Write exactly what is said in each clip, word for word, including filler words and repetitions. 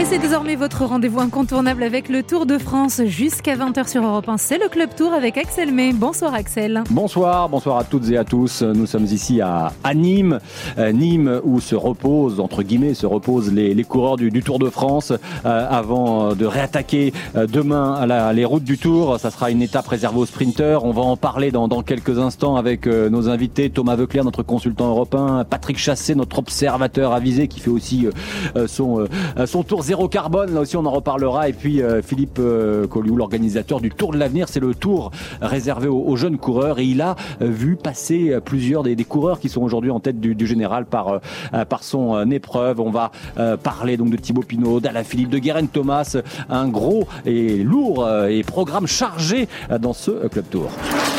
C'est désormais votre rendez-vous incontournable avec le Tour de France jusqu'à vingt heures sur Europe un. C'est le Club Tour avec Axel May. Bonsoir Axel. Bonsoir, bonsoir à toutes et à tous. Nous sommes ici à, à Nîmes, euh, Nîmes où se reposent, entre guillemets, se reposent les, les coureurs du, du Tour de France euh, avant de réattaquer euh, demain à la, les routes du Tour. Ça sera une étape réservée aux sprinteurs. On va en parler dans, dans quelques instants avec euh, nos invités. Thomas Voeckler, notre consultant européen, Patrick Chassé, notre observateur avisé qui fait aussi euh, son, euh, son tour zéro carbone, là aussi on en reparlera, et puis euh, Philippe euh, Colliou, l'organisateur du Tour de l'avenir. C'est le tour réservé aux, aux jeunes coureurs, et il a euh, vu passer euh, plusieurs des, des coureurs qui sont aujourd'hui en tête du, du général par, euh, par son euh, épreuve. On va euh, parler donc de Thibaut Pinot, d'Alaphilippe, de Geraint Thomas, un gros et lourd euh, et programme chargé euh, dans ce euh, Club Tour.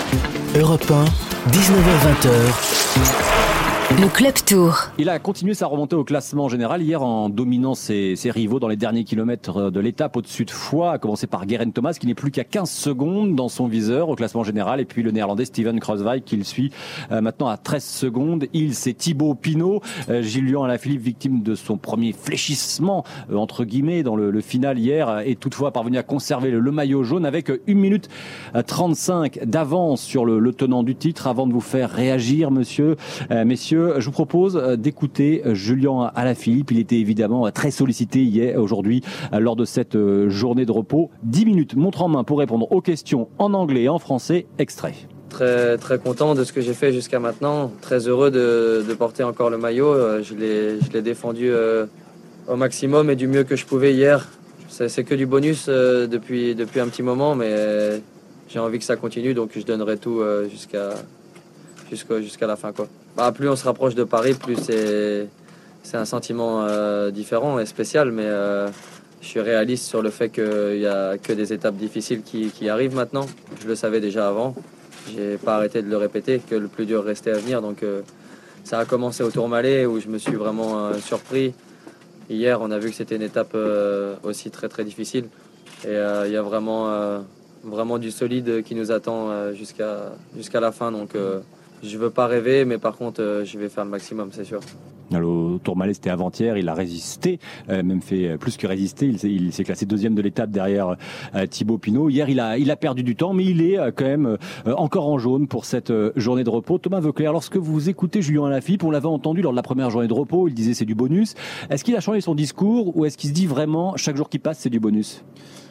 Europe un, dix-neuf heures vingt. Le Club Tour. Il a continué sa remontée au classement général hier en dominant ses, ses rivaux dans les derniers kilomètres de l'étape au-dessus de Foix, à commencer par Geraint Thomas qui n'est plus qu'à quinze secondes dans son viseur au classement général, et puis le néerlandais Steven Kruijswijk qui le suit euh, maintenant à treize secondes. Il, c'est Thibaut Pinot. Euh, Julian Alaphilippe, victime de son premier fléchissement euh, entre guillemets dans le, le final hier, est toutefois parvenu à conserver le, le maillot jaune avec une minute trente-cinq d'avance sur le, le tenant du titre. Avant de vous faire réagir, monsieur, euh, messieurs, je vous propose d'écouter Julian Alaphilippe. Il était évidemment très sollicité hier, aujourd'hui, lors de cette journée de repos. dix minutes, montre en main pour répondre aux questions en anglais et en français. Extrait. Très, très content de ce que j'ai fait jusqu'à maintenant. Très heureux de, de porter encore le maillot. Je l'ai, je l'ai défendu euh, au maximum et du mieux que je pouvais hier. C'est, c'est que du bonus euh, depuis, depuis un petit moment, mais j'ai envie que ça continue, donc je donnerai tout euh, jusqu'à, jusqu'à, jusqu'à la fin, quoi. Bah, plus on se rapproche de Paris, plus c'est, c'est un sentiment euh, différent et spécial, mais euh, je suis réaliste sur le fait qu'il n'y a que des étapes difficiles qui, qui arrivent maintenant. Je le savais déjà avant, j'ai pas arrêté de le répéter, que le plus dur restait à venir. Donc euh, ça a commencé au Tourmalet où je me suis vraiment euh, surpris. Hier, on a vu que c'était une étape euh, aussi très très difficile, et il euh, y a vraiment, euh, vraiment du solide qui nous attend euh, jusqu'à, jusqu'à la fin. Donc euh, je veux pas rêver, mais par contre, euh, je vais faire le maximum, c'est sûr. Le Tourmalet, c'était avant-hier, il a résisté, euh, même fait plus que résister. Il s'est, il s'est classé deuxième de l'étape derrière euh, Thibaut Pinot. Hier, il a, il a perdu du temps, mais il est euh, quand même euh, encore en jaune pour cette euh, journée de repos. Thomas Voeckler, lorsque vous écoutez Julian Alaphilippe, on l'avait entendu lors de la première journée de repos, il disait c'est du bonus. Est-ce qu'il a changé son discours, ou est-ce qu'il se dit vraiment chaque jour qui passe c'est du bonus ?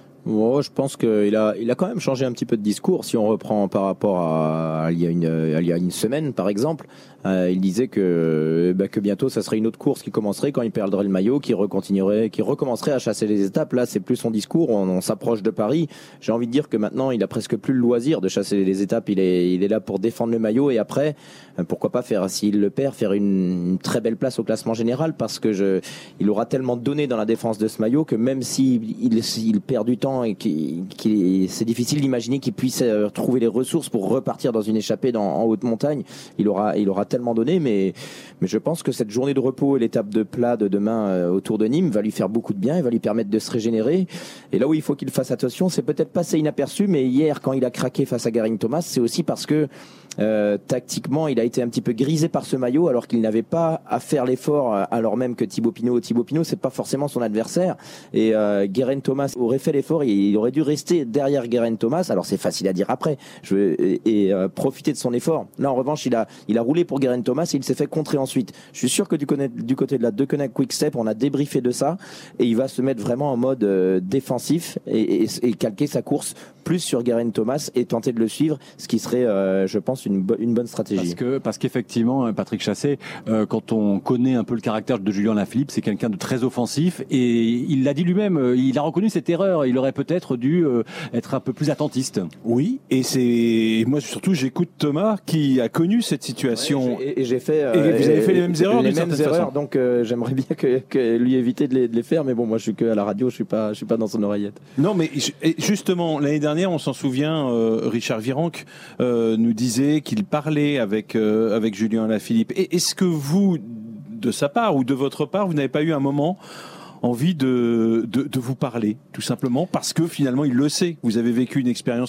Oh, je pense qu'il a, il a quand même changé un petit peu de discours. Si on reprend par rapport à, à il y a une, à, il y a une semaine, par exemple, euh, il disait que, bah, que bientôt, ça serait une autre course qui commencerait quand il perdrait le maillot, qui recontinuerait, qui recommencerait à chasser les étapes. Là, c'est plus son discours. On, on s'approche de Paris. J'ai envie de dire que maintenant, il a presque plus le loisir de chasser les étapes. Il est, il est là pour défendre le maillot, et après, pourquoi pas faire, s'il le perd, faire une, une très belle place au classement général, parce que je, il aura tellement donné dans la défense de ce maillot que même s'il il, il perd du temps et qu'il, qu'il, c'est difficile d'imaginer qu'il puisse trouver les ressources pour repartir dans une échappée dans, en haute montagne. Il aura, il aura tellement donné, mais, mais je pense que cette journée de repos et l'étape de plat de demain euh, autour de Nîmes va lui faire beaucoup de bien et va lui permettre de se régénérer. Et là où il faut qu'il fasse attention, c'est peut-être passé inaperçu, mais hier, quand il a craqué face à Geraint Thomas, c'est aussi parce que Euh, tactiquement, il a été un petit peu grisé par ce maillot, alors qu'il n'avait pas à faire l'effort, alors même que Thibaut Pinot, Thibaut Pinot, c'est pas forcément son adversaire. Et euh, Geraint Thomas aurait fait l'effort, et il aurait dû rester derrière Geraint Thomas. Alors c'est facile à dire après, je veux, et, et euh, profiter de son effort. Là, en revanche, il a, il a roulé pour Geraint Thomas et il s'est fait contrer ensuite. Je suis sûr que du côté, du côté de la Deceuninck Quick Step, on a débriefé de ça, et il va se mettre vraiment en mode euh, défensif et, et, et calquer sa course plus sur Geraint Thomas et tenter de le suivre, ce qui serait, euh, je pense, une, bo- une bonne stratégie. Parce que, parce qu'effectivement, Patrick Chassé, euh, quand on connaît un peu le caractère de Julian Alaphilippe, c'est quelqu'un de très offensif, et il l'a dit lui-même, euh, il a reconnu cette erreur. Il aurait peut-être dû euh, être un peu plus attentiste. Oui, et c'est moi surtout j'écoute Thomas qui a connu cette situation. Ouais, et, et j'ai fait. Euh, et vous avez fait les mêmes erreurs, les d'une mêmes certaine erreurs. façon. Donc euh, j'aimerais bien que, que lui éviter de les, de les faire, mais bon, moi je suis que à la radio, je suis pas, je suis pas dans son oreillette. Non, mais justement l'année dernière, on s'en souvient, euh, Richard Virenque euh, nous disait qu'il parlait avec euh, avec Julian Alaphilippe. Et est-ce que vous, de sa part ou de votre part, vous n'avez pas eu un moment envie de, de, de vous parler, tout simplement, parce que finalement il le sait, vous avez vécu une expérience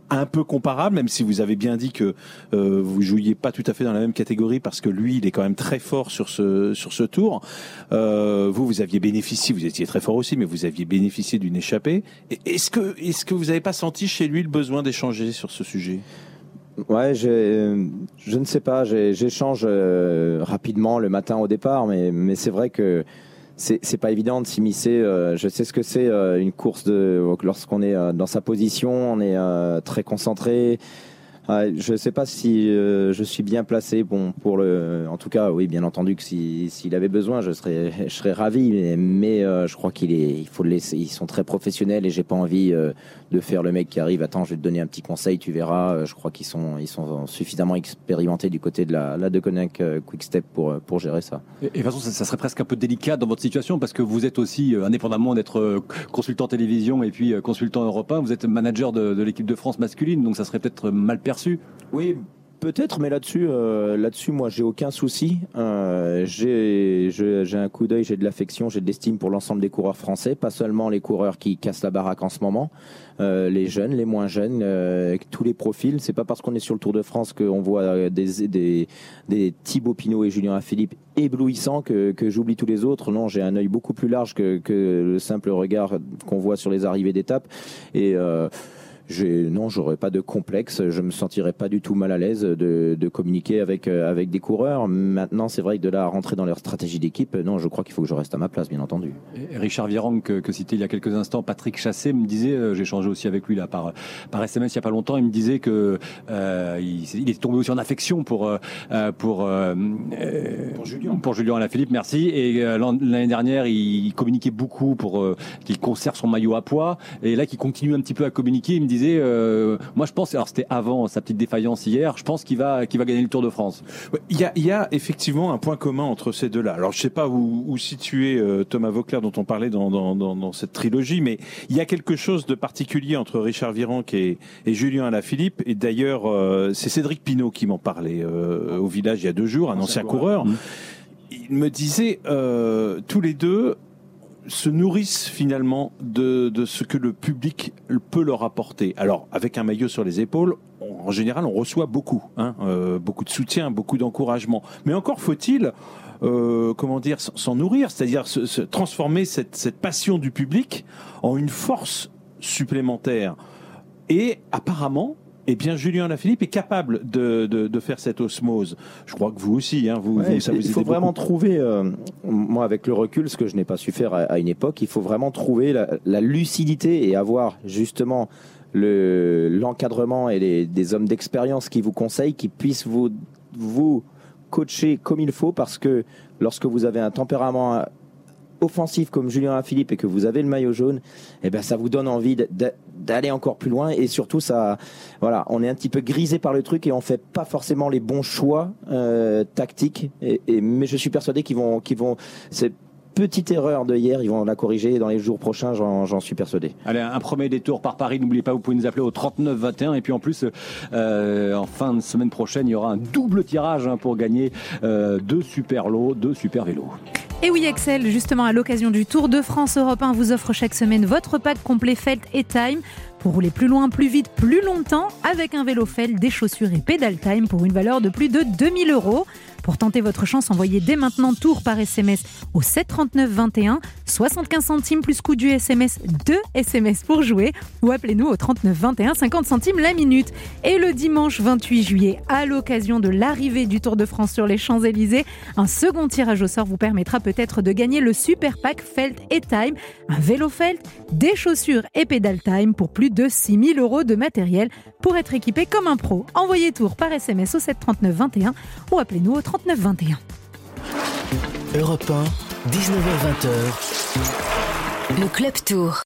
un peu comparable, même si vous avez bien dit que euh, vous jouiez pas tout à fait dans la même catégorie parce que lui, il est quand même très fort sur ce sur ce tour. Euh, vous, vous aviez bénéficié, vous étiez très fort aussi, mais vous aviez bénéficié d'une échappée. Est-ce que est-ce que vous n'avez pas senti chez lui le besoin d'échanger sur ce sujet ? Ouais, j'ai, je ne sais pas, j'ai, j'échange euh, rapidement le matin au départ, mais mais c'est vrai que c'est c'est pas évident de s'immiscer. Euh, je sais ce que c'est euh, une course de lorsqu'on est euh, dans sa position, on est euh, très concentré. Euh, je sais pas si euh, je suis bien placé. Bon, pour le, en tout cas, oui, bien entendu que si s'il avait besoin, je serais je serais ravi. Mais, mais euh, je crois qu'il est, il faut le laisser. Ils sont très professionnels et j'ai pas envie euh, de faire le mec qui arrive. Attends, je vais te donner un petit conseil, tu verras. Je crois qu'ils sont ils sont suffisamment expérimentés du côté de la la Deceuninck Quick Step pour pour gérer ça. Et, et de toute façon, ça, ça serait presque un peu délicat dans votre situation parce que vous êtes aussi, euh, indépendamment d'être euh, consultant télévision et puis euh, consultant européen, vous êtes manager de, de l'équipe de France masculine, donc ça serait peut-être mal perçu. Oui, peut-être, mais là-dessus, euh, là-dessus, moi, j'ai aucun souci. Euh, j'ai, j'ai, j'ai un coup d'œil, j'ai de l'affection, j'ai de l'estime pour l'ensemble des coureurs français, pas seulement les coureurs qui cassent la baraque en ce moment, euh, les jeunes, les moins jeunes, euh, tous les profils. C'est pas parce qu'on est sur le Tour de France qu'on voit des des des Thibaut Pinot et Julien Alaphilippe éblouissants que que j'oublie tous les autres. Non, j'ai un œil beaucoup plus large que que le simple regard qu'on voit sur les arrivées d'étapes et euh, J'ai, non, j'aurais pas de complexe. Je me sentirais pas du tout mal à l'aise de, de communiquer avec avec des coureurs. Maintenant, c'est vrai que de là à rentrer dans leur stratégie d'équipe, non, je crois qu'il faut que je reste à ma place, bien entendu. Et Richard Virenque, que, que citait il y a quelques instants, Patrick Chassé me disait, euh, j'ai échangé aussi avec lui là par par S M S il y a pas longtemps, il me disait que euh, il, il est tombé aussi en affection pour euh, pour euh, pour Julien pour Julien Alaphilippe, merci. Et euh, l'année dernière, il communiquait beaucoup pour euh, qu'il conserve son maillot à poids. Et là, qu'il continue un petit peu à communiquer, il me disait Euh, moi je pense, alors c'était avant sa petite défaillance hier, je pense qu'il va, qu'il va gagner le Tour de France. Il y a, il y a effectivement un point commun entre ces deux-là. Alors je sais pas où, où situer euh, Thomas Voeckler dont on parlait dans, dans, dans, dans cette trilogie, mais il y a quelque chose de particulier entre Richard Virenque et, et Julien Alaphilippe. Et d'ailleurs, euh, c'est Cédric Pinault qui m'en parlait euh, au village il y a deux jours, un ancien, ancien coureur. Mmh. Il me disait euh, tous les deux se nourrissent finalement de, de ce que le public peut leur apporter. Alors, avec un maillot sur les épaules, on, en général, on reçoit beaucoup, hein, euh, beaucoup de soutien, beaucoup d'encouragement. Mais encore faut-il, euh, comment dire, s'en nourrir, c'est-à-dire se, se transformer cette, cette passion du public en une force supplémentaire. Et apparemment, eh bien, Julien Alaphilippe est capable de, de, de faire cette osmose. Je crois que vous aussi, hein, vous, ouais, vous, ça vous il faut beaucoup. vraiment trouver, euh, moi avec le recul, ce que je n'ai pas su faire à, à une époque, il faut vraiment trouver la, la lucidité et avoir justement le, l'encadrement et les, des hommes d'expérience qui vous conseillent, qui puissent vous, vous coacher comme il faut, parce que lorsque vous avez un tempérament offensif comme Julien Alaphilippe et que vous avez le maillot jaune, eh ben ça vous donne envie de, de, d'aller encore plus loin, et surtout ça, voilà, on est un petit peu grisé par le truc et on fait pas forcément les bons choix euh, tactiques. Et, et mais je suis persuadé qu'ils vont, qu'ils vont, c'est petite erreur de hier, ils vont la corriger dans les jours prochains, j'en, j'en suis persuadé. Allez, un premier détour par Paris, n'oubliez pas, vous pouvez nous appeler au trente-neuf vingt et un, et puis en plus, euh, en fin de semaine prochaine, il y aura un double tirage hein, pour gagner euh, deux super lots, deux super vélos. Et oui, Axel, justement, à l'occasion du Tour de France Europe un, vous offre chaque semaine votre pack complet Felt et Time pour rouler plus loin, plus vite, plus longtemps avec un vélo Felt, des chaussures et Pedal Time pour une valeur de plus de deux mille euros. Pour tenter votre chance, envoyez dès maintenant Tour par S M S au sept trente-neuf vingt et un, soixante-quinze centimes plus coût du S M S, deux S M S pour jouer, ou appelez-nous au trente-neuf vingt et un, cinquante centimes la minute. Et le dimanche vingt-huit juillet, à l'occasion de l'arrivée du Tour de France sur les Champs-Élysées, un second tirage au sort vous permettra peut-être de gagner le super pack Felt et Time, un vélo Felt, des chaussures et Pedal Time pour plus de six mille euros de matériel pour être équipé comme un pro. Envoyez Tour par S M S au sept trente-neuf vingt et un ou appelez-nous au trente-neuf vingt et un. Europe un, dix-neuf heures vingt. Le Club Tour.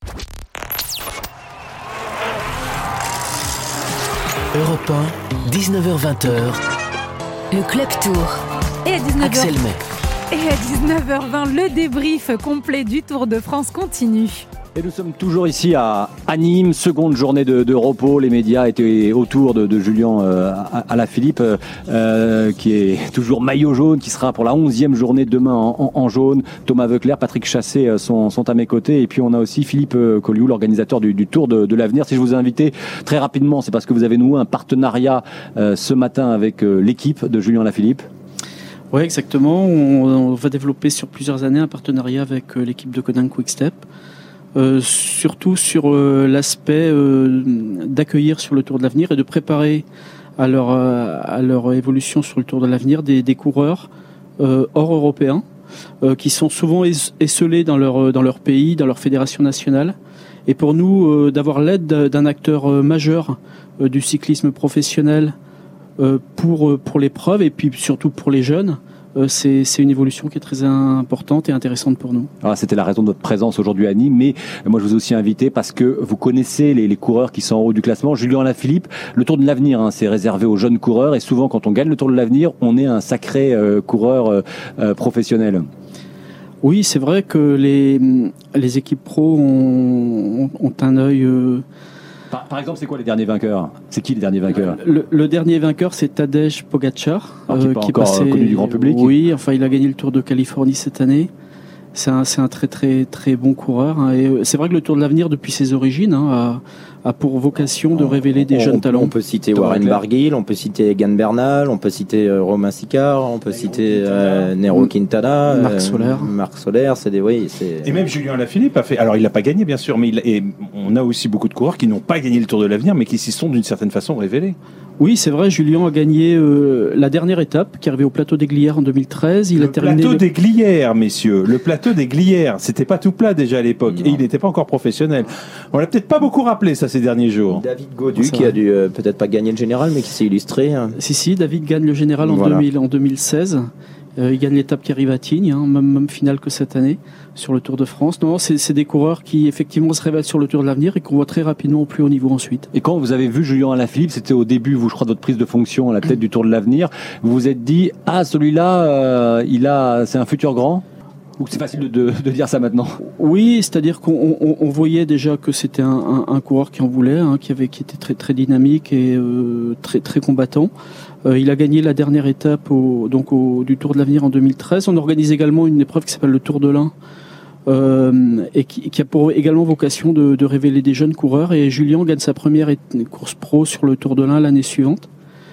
Europe un, dix-neuf heures vingt. Le Club Tour. Et à dix-neuf heures... Axel May. Et à dix-neuf heures vingt, le débrief complet du Tour de France continue. Et nous sommes toujours ici à, à Nîmes, seconde journée de, de repos. Les médias étaient autour de, de Julien euh, Alaphilippe, euh, qui est toujours maillot jaune, qui sera pour la onzième journée demain en, en, en jaune. Thomas Voeckler, Patrick Chassé sont, sont à mes côtés. Et puis on a aussi Philippe Collioure, l'organisateur du, du Tour de, de l'Avenir. Si je vous ai invité très rapidement, c'est parce que vous avez noué un partenariat euh, ce matin avec euh, l'équipe de Julien Alaphilippe. Oui, exactement. On, on va développer sur plusieurs années un partenariat avec euh, l'équipe de Konin Quick Step. Euh, surtout sur euh, l'aspect euh, d'accueillir sur le Tour de l'Avenir et de préparer à leur, euh, à leur évolution sur le Tour de l'Avenir des, des coureurs euh, hors européens euh, qui sont souvent esselés dans leur, dans leur pays, dans leur fédération nationale. Et pour nous, euh, d'avoir l'aide d'un acteur euh, majeur euh, du cyclisme professionnel euh, pour, pour l'épreuve et puis surtout pour les jeunes, C'est, c'est une évolution qui est très importante et intéressante pour nous. Alors, c'était la raison de votre présence aujourd'hui à Nîmes, mais moi je vous ai aussi invité parce que vous connaissez les, les coureurs qui sont en haut du classement. Julien Alaphilippe, le Tour de l'Avenir, hein, c'est réservé aux jeunes coureurs et souvent quand on gagne le Tour de l'Avenir, on est un sacré euh, coureur euh, euh, professionnel. Oui, c'est vrai que les, les équipes pro ont, ont un œil... Euh, Par, par exemple, c'est quoi les derniers vainqueurs ? C'est qui les derniers vainqueurs ? le, le dernier vainqueur, c'est Tadej Pogacar, Alors, qui, est, euh, pas qui est encore passé connu du grand public. Oui, enfin, il a gagné le Tour de Californie cette année. C'est un, c'est un très très très bon coureur. Hein. Et c'est vrai que le Tour de l'Avenir, depuis ses origines, hein, a, a pour vocation de révéler des on, jeunes on, talents. On peut citer Thomas Warren Voeckler. Barguil, on peut citer Egan Bernal, on peut citer euh, Romain Sicard, on peut citer euh, Nero Quintana, Marc euh, Soler. Marc Soler, c'est des oui, c'est. Et même Julien Alaphilippe a fait. Alors il n'a pas gagné bien sûr, mais il, et on a aussi beaucoup de coureurs qui n'ont pas gagné le Tour de l'Avenir, mais qui s'y sont d'une certaine façon révélés. Oui, c'est vrai, Julien a gagné euh, la dernière étape, qui est arrivée au plateau des Glières en deux mille treize. Il le a terminé plateau le... des Glières, messieurs. Le plateau des Glières. C'était pas tout plat déjà à l'époque. Non. Et il n'était pas encore professionnel. On l'a peut-être pas beaucoup rappelé ça ces derniers jours. David Gaudu C'est qui vrai. a dû euh, peut-être pas gagner le général, mais qui s'est illustré. Hein. Si, si, David gagne le général en, Voilà. deux mille, en deux mille seize. Euh, il gagne l'étape qui arrive à Tignes, hein, même, même finale que cette année sur le Tour de France. Non, c'est, c'est des coureurs qui effectivement se révèlent sur le Tour de l'Avenir et qu'on voit très rapidement au plus haut niveau ensuite. Et quand vous avez vu Julien Alaphilippe, c'était au début, vous, je crois, de votre prise de fonction à la tête du Tour de l'Avenir, vous vous êtes dit, ah, celui-là, euh, il a, c'est un futur grand ? Ou c'est facile de, de, de dire ça maintenant ? Oui, c'est-à-dire qu'on on, on voyait déjà que c'était un, un, un coureur qui en voulait, hein, qui avait, qui était très très dynamique et euh, très très combattant. Euh, il a gagné la dernière étape au, donc au, du Tour de l'Avenir en deux mille treize. On organise également une épreuve qui s'appelle le Tour de l'Ain. Euh, et qui, qui a pour également vocation de, de révéler des jeunes coureurs. Et Julien gagne sa première course pro sur le Tour de l'Ain l'année suivante.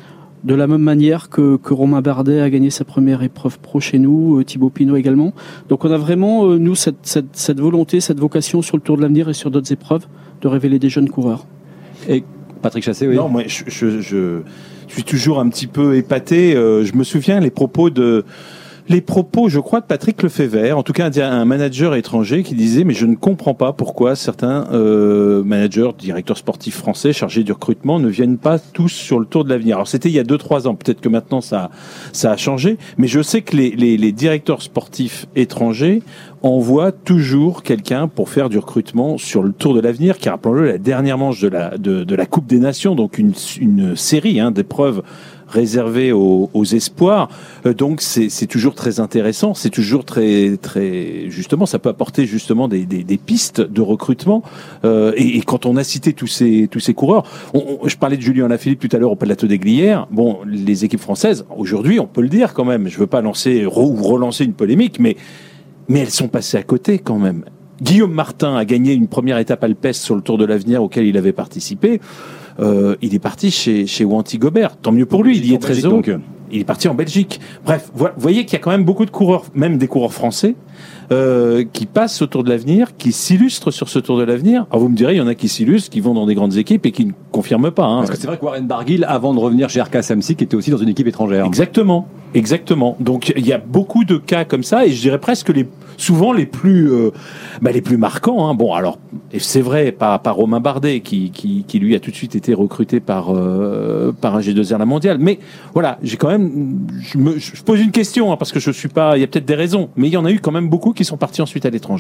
De la même manière que, que Romain Bardet a gagné sa première épreuve pro chez nous, euh, Thibaut Pinot également. Donc on a vraiment, euh, nous, cette, cette, cette volonté, cette vocation sur le Tour de l'Avenir et sur d'autres épreuves de révéler des jeunes coureurs. Et Patrick Chassé, oui. Non, moi, je, je, je, je suis toujours un petit peu épaté. Euh, je me souviens les propos de, les propos, je crois, de Patrick Lefebvre, en tout cas un manager étranger qui disait, mais je ne comprends pas pourquoi certains euh, managers, directeurs sportifs français chargés du recrutement ne viennent pas tous sur le Tour de l'Avenir. Alors c'était il y a deux trois ans, peut-être que maintenant ça, ça a changé, mais je sais que les, les, les directeurs sportifs étrangers envoie toujours quelqu'un pour faire du recrutement sur le Tour de l'Avenir, qui est, rappelons-le, la dernière manche de la, de, de la Coupe des Nations, donc une, une série hein, d'épreuves réservées aux, aux espoirs. Euh, donc c'est, c'est toujours très intéressant, c'est toujours très, très justement, ça peut apporter justement des, des, des pistes de recrutement. Euh, et, et quand on a cité tous ces, tous ces coureurs, on, on, je parlais de Julien Alaphilippe tout à l'heure au plateau des Glières. Bon, les équipes françaises, aujourd'hui, on peut le dire quand même, je veux pas lancer ou relancer une polémique, mais Mais elles sont passées à côté quand même. Guillaume Martin a gagné une première étape alpestre sur le Tour de l'Avenir auquel il avait participé. Euh, il est parti chez, chez Wanty Gobert. Tant mieux pour lui, il y est très heureux. Donc. Il est parti en Belgique. Bref, vous voyez qu'il y a quand même beaucoup de coureurs, même des coureurs français, euh, qui passent au Tour de l'Avenir, qui s'illustrent sur ce Tour de l'Avenir. Alors vous me direz, il y en a qui s'illustrent, qui vont dans des grandes équipes et qui ne confirment pas. Hein. Parce que c'est vrai que Warren Barguil, avant de revenir chez R K Samsic, était aussi dans une équipe étrangère. Exactement, exactement. Donc il y a beaucoup de cas comme ça, et je dirais presque les souvent les plus euh, bah, les plus marquants. Hein. Bon, alors c'est vrai, pas pas Romain Bardet qui qui qui lui a tout de suite été recruté par euh, par un G deux R La Mondiale. Mais voilà, j'ai quand même je me je pose une question hein, parce que je suis pas, il y a peut-être des raisons, mais il y en a eu quand même beaucoup qui sont partis ensuite à l'étranger.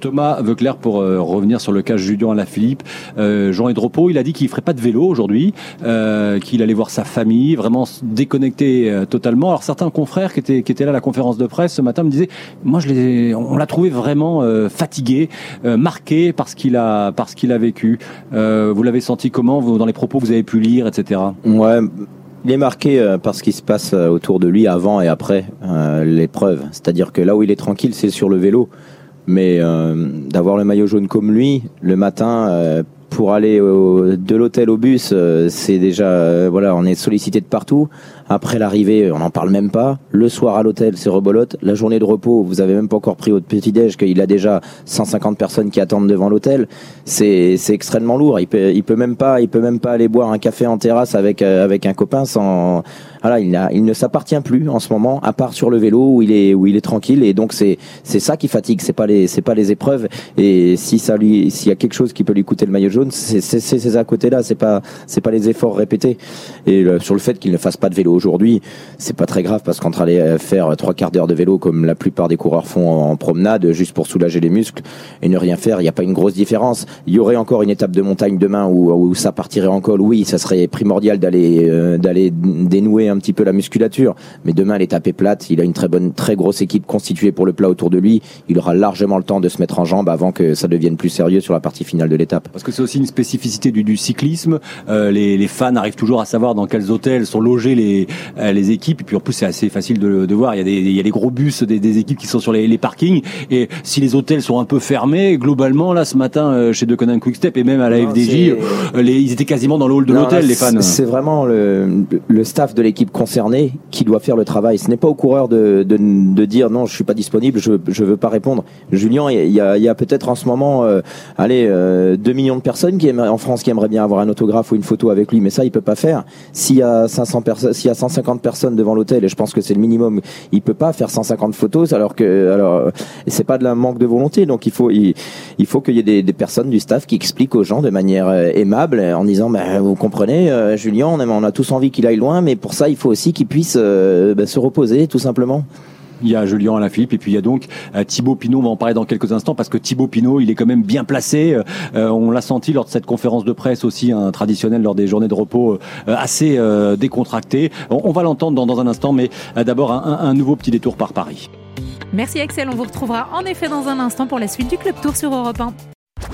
Thomas Voeckler, pour euh, revenir sur le cas Julien Alaphilippe, euh, journée de repos, il a dit qu'il ferait pas de vélo aujourd'hui, euh, qu'il allait voir sa famille, vraiment se déconnecter euh, totalement. Alors certains confrères qui étaient, qui étaient là à la conférence de presse ce matin me disaient, moi je l'ai, on l'a trouvé vraiment euh, fatigué, euh, marqué par ce qu'il a, par ce qu'il a vécu. Euh, vous l'avez senti comment, vous, dans les propos que vous avez pu lire, et cetera. Ouais. Il est marqué euh, par ce qui se passe euh, autour de lui avant et après euh, l'épreuve. C'est-à-dire que là où il est tranquille, c'est sur le vélo. Mais euh, d'avoir le maillot jaune comme lui, le matin, euh, pour aller au, de l'hôtel au bus, euh, c'est déjà... Euh, voilà, on est sollicité de partout. Après l'arrivée, on n'en parle même pas. Le soir à l'hôtel, c'est rebolote. La journée de repos, vous avez même pas encore pris votre petit-déj, qu'il a déjà cent cinquante personnes qui attendent devant l'hôtel. C'est, c'est extrêmement lourd. Il peut, il peut même pas, il peut même pas aller boire un café en terrasse avec, euh, avec un copain sans, voilà, il a, il ne s'appartient plus en ce moment, à part sur le vélo où il est, où il est tranquille. Et donc c'est, c'est ça qui fatigue. C'est pas les, c'est pas les épreuves. Et si ça lui, s'il y a quelque chose qui peut lui coûter le maillot jaune, c'est, c'est, c'est ces à côté-là. C'est pas, c'est pas les efforts répétés. Et le, sur le fait qu'il ne fasse pas de vélo aujourd'hui, c'est pas très grave parce qu'entre aller faire trois quarts d'heure de vélo comme la plupart des coureurs font en promenade juste pour soulager les muscles et ne rien faire, il n'y a pas une grosse différence. Il y aurait encore une étape de montagne demain où, où ça partirait en col. Oui, ça serait primordial d'aller euh, d'aller dénouer un petit peu la musculature, mais demain l'étape est plate. Il a une très bonne, très grosse équipe constituée pour le plat autour de lui. Il aura largement le temps de se mettre en jambes avant que ça devienne plus sérieux sur la partie finale de l'étape. Parce que c'est aussi une spécificité du, du cyclisme. Euh, les, les fans arrivent toujours à savoir dans quels hôtels sont logés les les équipes, et puis en plus c'est assez facile de, de voir, il y a des, il y a des gros bus des, des équipes qui sont sur les, les parkings, et si les hôtels sont un peu fermés, globalement là ce matin euh, chez Deceuninck Quick-Step et même à la non, F D J, euh, les, ils étaient quasiment dans le hall de non, l'hôtel, là, les fans. C'est vraiment le, le staff de l'équipe concernée qui doit faire le travail. Ce n'est pas au coureur de, de, de dire non, je suis pas disponible, je je veux pas répondre. Julien, il y a, il y a peut-être en ce moment euh, allez euh, deux millions de personnes qui aimeraient, en France qui aimeraient bien avoir un autographe ou une photo avec lui, mais ça il peut pas faire. S'il y a cinq cents personnes, s'il y a cent cinquante personnes devant l'hôtel, et je pense que c'est le minimum, il peut pas faire cent cinquante photos, alors que alors c'est pas de la manque de volonté. Donc il faut il, il faut qu'il y ait des, des personnes du staff qui expliquent aux gens de manière euh, aimable en disant bah, vous comprenez euh, Julien, on a, on a tous envie qu'il aille loin, mais pour ça il faut aussi qu'il puisse euh, bah, se reposer tout simplement. Il y a Julien Alaphilippe et puis il y a donc euh, Thibaut Pinot, on va en parler dans quelques instants parce que Thibaut Pinot il est quand même bien placé, euh, on l'a senti lors de cette conférence de presse aussi, un traditionnel lors des journées de repos euh, assez euh, décontracté. On, on va l'entendre dans, dans un instant, mais euh, d'abord un, un nouveau petit détour par Paris. Merci Axel, on vous retrouvera en effet dans un instant pour la suite du Club Tour sur Europe un.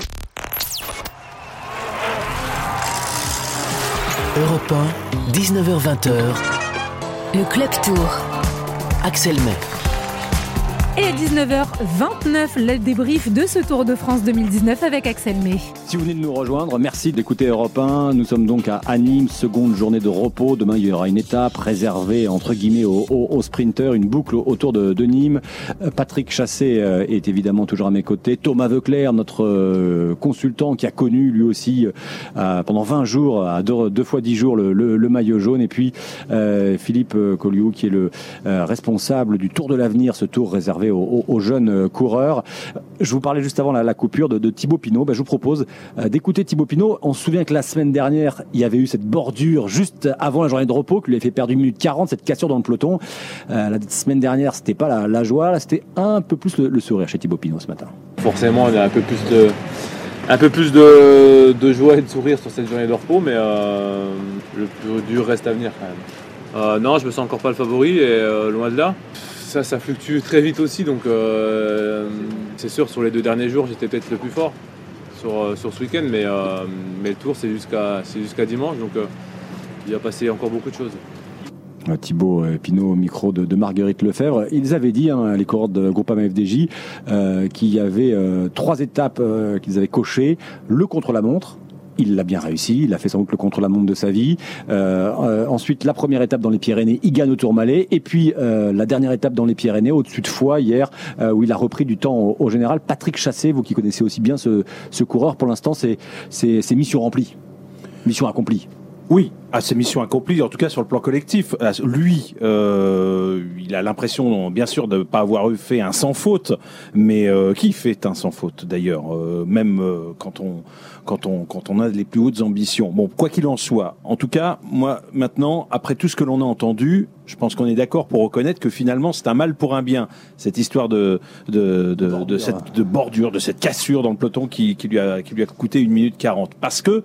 Europe un, dix-neuf heures vingt. Le Club Tour. Axel May. Et à dix-neuf heures vingt-neuf, le débrief de ce Tour de France deux mille dix-neuf avec Axel May. Si vous venez de nous rejoindre, merci d'écouter Europe un. Nous sommes donc à Nîmes, seconde journée de repos. Demain, il y aura une étape réservée, entre guillemets, aux, aux, aux sprinters, une boucle autour de, de Nîmes. Patrick Chassé est évidemment toujours à mes côtés. Thomas Voeckler, notre consultant qui a connu lui aussi euh, pendant vingt jours, à deux, deux fois dix jours, le, le, le maillot jaune. Et puis euh, Philippe Colliou, qui est le euh, responsable du Tour de l'Avenir, ce tour réservé Aux, aux jeunes coureurs. Je vous parlais juste avant la, la coupure de, de Thibaut Pinot. Ben, je vous propose euh, d'écouter Thibaut Pinot. On se souvient que la semaine dernière, il y avait eu cette bordure juste avant la journée de repos qui lui a fait perdre une minute quarante, cette cassure dans le peloton. Euh, la semaine dernière, c'était pas la, la joie, là, c'était un peu plus le, le sourire chez Thibaut Pinot ce matin. Forcément, il y a un peu plus de, un peu plus de, de joie et de sourire sur cette journée de repos, mais euh, le plus dur reste à venir quand même. Euh, non, je me sens encore pas le favori et euh, loin de là. Ça, ça fluctue très vite aussi, donc euh, c'est sûr, sur les deux derniers jours, j'étais peut-être le plus fort sur, sur ce week-end, mais, euh, mais le tour, c'est jusqu'à, c'est jusqu'à dimanche, donc euh, il va passer encore beaucoup de choses. Thibaut Pinot au micro de, de Marguerite Lefebvre. Ils avaient dit, hein, les cohortes de Groupama F D J, euh, qu'il y avait euh, trois étapes euh, qu'ils avaient cochées. Le contre-la-montre. Il l'a bien réussi, il a fait sans doute le contre-la-montre de sa vie. Euh, euh, ensuite, la première étape dans les Pyrénées, il gagne au Tourmalet. Et puis, euh, la dernière étape dans les Pyrénées, au-dessus de Foix, hier, euh, où il a repris du temps au, au général. Patrick Chassé, vous qui connaissez aussi bien ce, ce coureur, pour l'instant, c'est, c'est, c'est mission remplie, mission accomplie. Oui, à ses missions accomplies, en tout cas sur le plan collectif. Lui, euh, il a l'impression, bien sûr, de ne pas avoir fait un sans faute, mais euh, qui fait un sans faute d'ailleurs, euh, même euh, quand on quand on quand on a les plus hautes ambitions. Bon, quoi qu'il en soit, en tout cas, moi maintenant, après tout ce que l'on a entendu, je pense qu'on est d'accord pour reconnaître que finalement c'est un mal pour un bien, cette histoire de de de, de, de cette de bordure, de cette cassure dans le peloton qui qui lui a qui lui a coûté une minute quarante, parce que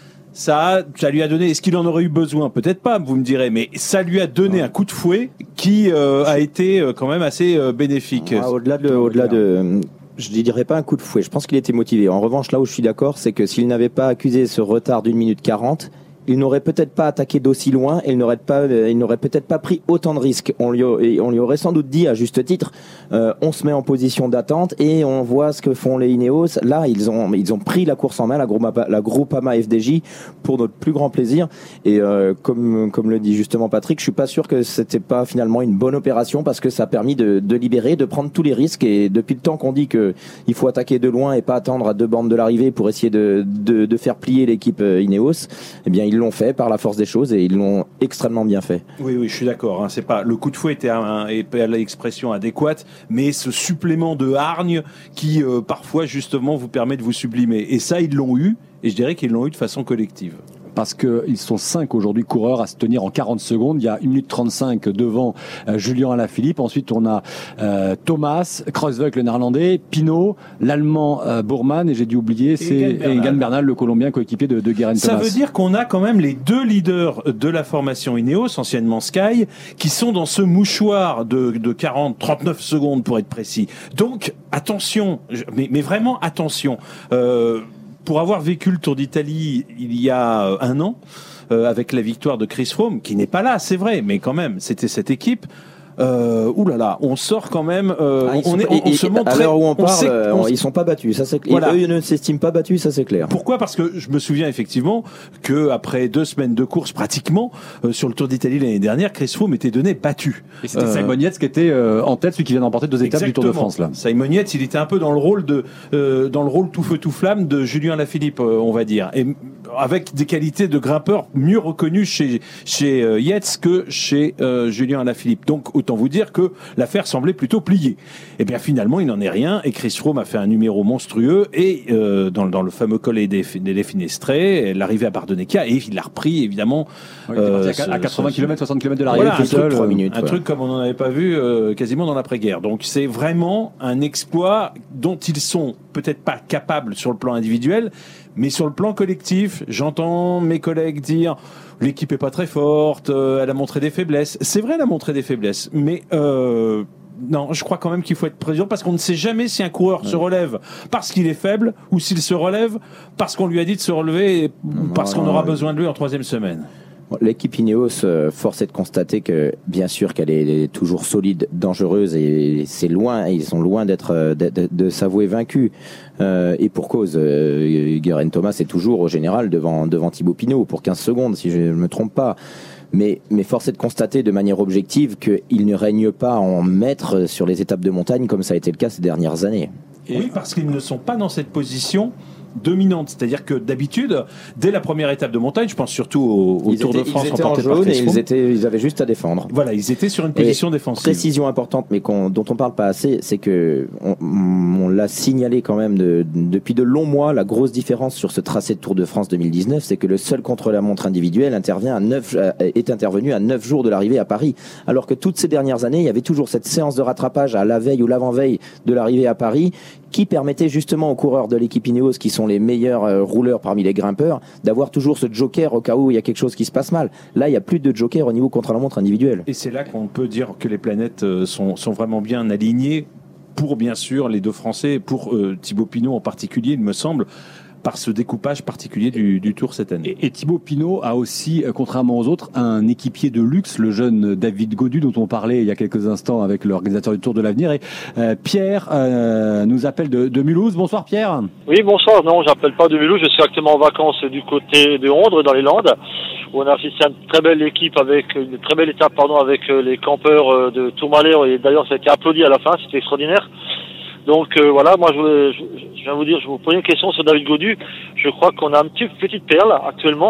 Ça, ça lui a donné. Est-ce qu'il en aurait eu besoin? Peut-être pas, vous me direz, mais ça lui a donné un coup de fouet qui euh, a été euh, quand même assez euh, bénéfique. Ah, au-delà de, au-delà de, je ne dirais pas un coup de fouet. Je pense qu'il était motivé. En revanche, là où je suis d'accord, c'est que s'il n'avait pas accusé ce retard d'une minute quarante, il n'aurait peut-être pas attaqué d'aussi loin et il n'aurait pas, il n'aurait peut-être pas pris autant de risques. On lui, on lui aurait sans doute dit, à juste titre, euh, on se met en position d'attente et on voit ce que font les Ineos. Là, ils ont, ils ont pris la course en main, la Groupama, la Groupama F D J, pour notre plus grand plaisir. Et euh, comme, comme le dit justement Patrick, je suis pas sûr que c'était pas finalement une bonne opération parce que ça a permis de, de libérer, de prendre tous les risques. Et depuis le temps qu'on dit que il faut attaquer de loin et pas attendre à deux bornes de l'arrivée pour essayer de, de, de faire plier l'équipe Ineos, eh bien ils l'ont fait par la force des choses et ils l'ont extrêmement bien fait. Oui, oui, je suis d'accord. Hein, c'est pas le coup de fouet était à, à l'expression adéquate, mais ce supplément de hargne qui euh, parfois justement vous permet de vous sublimer. Et ça, ils l'ont eu, et je dirais qu'ils l'ont eu de façon collective. Parce qu'ils sont cinq aujourd'hui coureurs à se tenir en quarante secondes. Il y a une minute trente-cinq devant euh, Julian Alaphilippe. Ensuite, on a euh, Thomas, Kruijswijk, le néerlandais, Pinot, l'allemand euh, Bourman, et j'ai dû oublier, c'est Egan Bernal, le colombien coéquipier de, de Geraint Thomas. Ça veut dire qu'on a quand même les deux leaders de la formation Ineos, anciennement Sky, qui sont dans ce mouchoir de, de quarante, trente-neuf secondes pour être précis. Donc, attention, mais, mais vraiment attention. Euh, Pour avoir vécu le Tour d'Italie il y a un an, euh, avec la victoire de Chris Froome, qui n'est pas là, c'est vrai, mais quand même, c'était cette équipe. Euh, ouh là là, on sort quand même. Euh, ah, on, sont, est, on, on et, se montre. À l'heure où on, on parle, sait, on, ils sont pas battus. Ça c'est. Voilà. Eux ne s'estiment pas battus, ça c'est clair. Pourquoi? Parce que je me souviens effectivement que après deux semaines de course pratiquement euh, sur le Tour d'Italie l'année dernière, Chris Froome était donné battu. Et c'était euh, Simon Yates qui était euh, en tête, celui qui vient d'emporter deux étapes exactement. du Tour de France là. Simon Yates, il était un peu dans le rôle de euh, dans le rôle tout feu tout flamme de Julien Alaphilippe, euh, on va dire, et avec des qualités de grimpeur mieux reconnues chez chez euh, Yates que chez euh, Julien Alaphilippe. Donc autant vous dire que l'affaire semblait plutôt pliée. Et bien finalement, il n'en est rien. Et Chris Froome a fait un numéro monstrueux. Et euh, dans, dans le fameux col des, des Finestrés, l'arrivée à Bardonecchia, et il a repris évidemment. Oui, il euh, à, à quatre-vingts kilomètres, soixante kilomètres de l'arrivée. Voilà, un, seul, truc, trois minutes, un ouais. truc comme on n'en avait pas vu euh, quasiment dans l'après-guerre. Donc c'est vraiment un exploit dont ils sont peut-être pas capables sur le plan individuel, mais sur le plan collectif. J'entends mes collègues dire l'équipe est pas très forte, euh, elle a montré des faiblesses. C'est vrai, elle a montré des faiblesses, mais euh, non, je crois quand même qu'il faut être prudent parce qu'on ne sait jamais si un coureur ouais. se relève parce qu'il est faible ou s'il se relève parce qu'on lui a dit de se relever ou parce qu'on aura besoin de lui en troisième semaine. L'équipe Ineos, euh, force est de constater que, bien sûr, qu'elle est toujours solide, dangereuse, et c'est loin, ils sont loin d'être, de, de, de s'avouer vaincus. Euh, et pour cause, euh, Geraint Thomas est toujours au général devant, devant Thibaut Pinot pour quinze secondes, si je ne me trompe pas. Mais, mais force est de constater de manière objective qu'il ne règne pas en maître sur les étapes de montagne comme ça a été le cas ces dernières années. Et oui, parce qu'ils ne sont pas dans cette position dominante, c'est-à-dire que d'habitude, dès la première étape de montagne, je pense surtout au, au Tour étaient, de France ils étaient en jaune et ils, étaient, ils avaient juste à défendre. Voilà, ils étaient sur une position et défensive. Précision importante, mais qu'on, dont on parle pas assez, c'est que on, on l'a signalé quand même de, depuis de longs mois. La grosse différence sur ce tracé de Tour de France deux mille dix-neuf, c'est que le seul contre-la-montre individuel intervient à neuf, est intervenu à neuf jours de l'arrivée à Paris, alors que toutes ces dernières années, il y avait toujours cette séance de rattrapage à la veille ou l'avant-veille de l'arrivée à Paris, qui permettait justement aux coureurs de l'équipe Ineos, qui sont les meilleurs euh, rouleurs parmi les grimpeurs, d'avoir toujours ce joker au cas où il y a quelque chose qui se passe mal. Là, il n'y a plus de joker au niveau contre-la-montre individuel. Et c'est là qu'on peut dire que les planètes euh, sont, sont vraiment bien alignées pour, bien sûr, les deux Français, pour euh, Thibaut Pinot en particulier, il me semble, par ce découpage particulier du, du Tour cette année. Et, et Thibaut Pinot a aussi, contrairement aux autres, un équipier de luxe, le jeune David Gaudu, dont on parlait il y a quelques instants avec l'organisateur du Tour de l'Avenir. Et euh, Pierre euh, nous appelle de, de Mulhouse. Bonsoir Pierre. Oui, bonsoir. Non, j'appelle pas de Mulhouse. Je suis actuellement en vacances du côté de Hondres, dans les Landes, où on a assisté à une très belle équipe avec une très belle étape, pardon, avec les campeurs de Tourmalet. Et d'ailleurs, ça a été applaudi à la fin. C'était extraordinaire. Donc euh, voilà, moi je, voulais, je, je viens vous dire, je vous pose une question sur David Gaudu. Je crois qu'on a une petite, petite perle actuellement.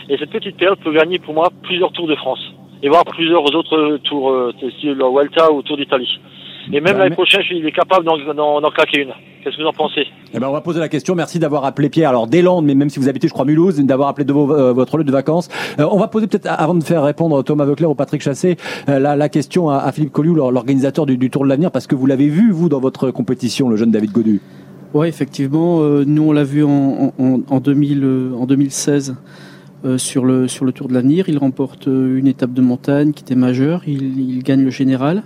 Et cette petite perle peut gagner pour moi plusieurs Tours de France. Et voir plusieurs autres tours, euh, style la Vuelta ou Tour d'Italie. Et même bah, l'année mais... prochaine, il est capable d'en, d'en, d'en claquer une. Qu'est-ce que vous en pensez? Eh ben, on va poser la question. Merci d'avoir appelé Pierre. Alors, des Landes, mais même si vous habitez, je crois, Mulhouse, d'avoir appelé de vos, euh, votre lieu de vacances. Euh, on va poser peut-être, avant de faire répondre Thomas Voeckler ou Patrick Chassé, euh, la, la question à, à Philippe Colliou, l'organisateur du, du Tour de l'Avenir, parce que vous l'avez vu, vous, dans votre compétition, le jeune David Gaudu. Oui, effectivement. Euh, nous, on l'a vu en, en, en, deux mille, euh, en deux mille seize. Euh, sur, le, sur le Tour de l'Avenir, il remporte euh, une étape de montagne qui était majeure, il, il gagne le général.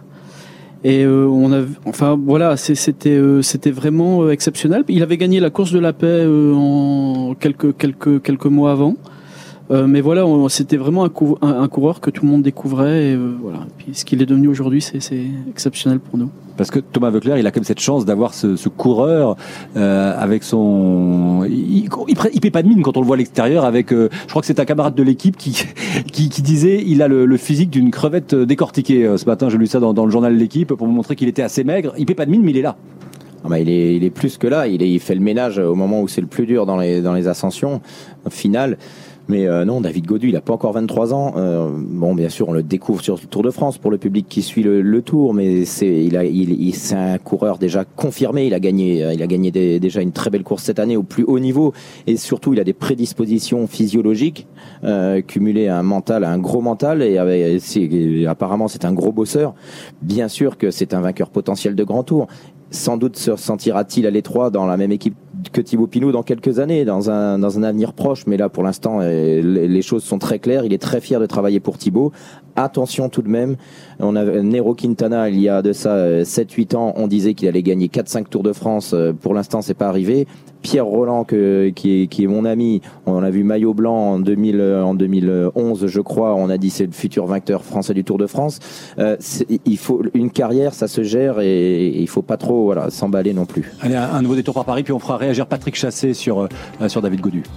Et euh, on a, enfin voilà, c'est, c'était, euh, c'était vraiment euh, exceptionnel. Il avait gagné la course de la paix euh, en quelques, quelques, quelques mois avant. Euh, mais voilà, on, c'était vraiment un, cou- un, un coureur que tout le monde découvrait. Et, euh, voilà. Et puis, ce qu'il est devenu aujourd'hui, c'est, c'est exceptionnel pour nous. Parce que Thomas Voeckler, il a quand même cette chance d'avoir ce, ce coureur euh, avec son... Il, il, il paie pas de mine quand on le voit à l'extérieur. Avec, euh, je crois que c'est un camarade de l'équipe qui, qui, qui disait il a le, le physique d'une crevette décortiquée. Ce matin, j'ai lu ça dans, dans le journal de l'équipe pour me montrer qu'il était assez maigre. Il paie pas de mine, mais il est là. Ah bah il est, il est plus que là. Il, est, il fait le ménage au moment où c'est le plus dur dans les, dans les ascensions finales. Mais euh, non, David Gaudu, il a pas encore vingt-trois ans. Euh, bon, bien sûr, on le découvre sur le Tour de France pour le public qui suit le, le Tour, mais c'est, il a, il, il, c'est un coureur déjà confirmé. Il a gagné, il a gagné des, déjà une très belle course cette année au plus haut niveau, et surtout, il a des prédispositions physiologiques euh, cumulées à un mental, à un gros mental, et avec, c'est, apparemment, c'est un gros bosseur. Bien sûr que c'est un vainqueur potentiel de Grand Tour. Sans doute se sentira-t-il à l'étroit dans la même équipe que Thibaut Pinot dans quelques années, dans un, dans un avenir proche. Mais là, pour l'instant, les choses sont très claires. Il est très fier de travailler pour Thibaut. Attention tout de même, on a Nairo Quintana, il y a de ça sept huit ans, on disait qu'il allait gagner quatre cinq Tours de France. Pour l'instant, c'est pas arrivé. Pierre Roland, que, qui, est, qui est mon ami, on a vu maillot blanc en, deux mille, en deux mille onze, je crois, on a dit c'est le futur vainqueur français du Tour de France. Euh, il faut une carrière, ça se gère, et, et il faut pas trop voilà, s'emballer non plus. Allez, un nouveau détour par Paris, puis on fera réagir Patrick Chassé sur, euh, sur David Gaudu.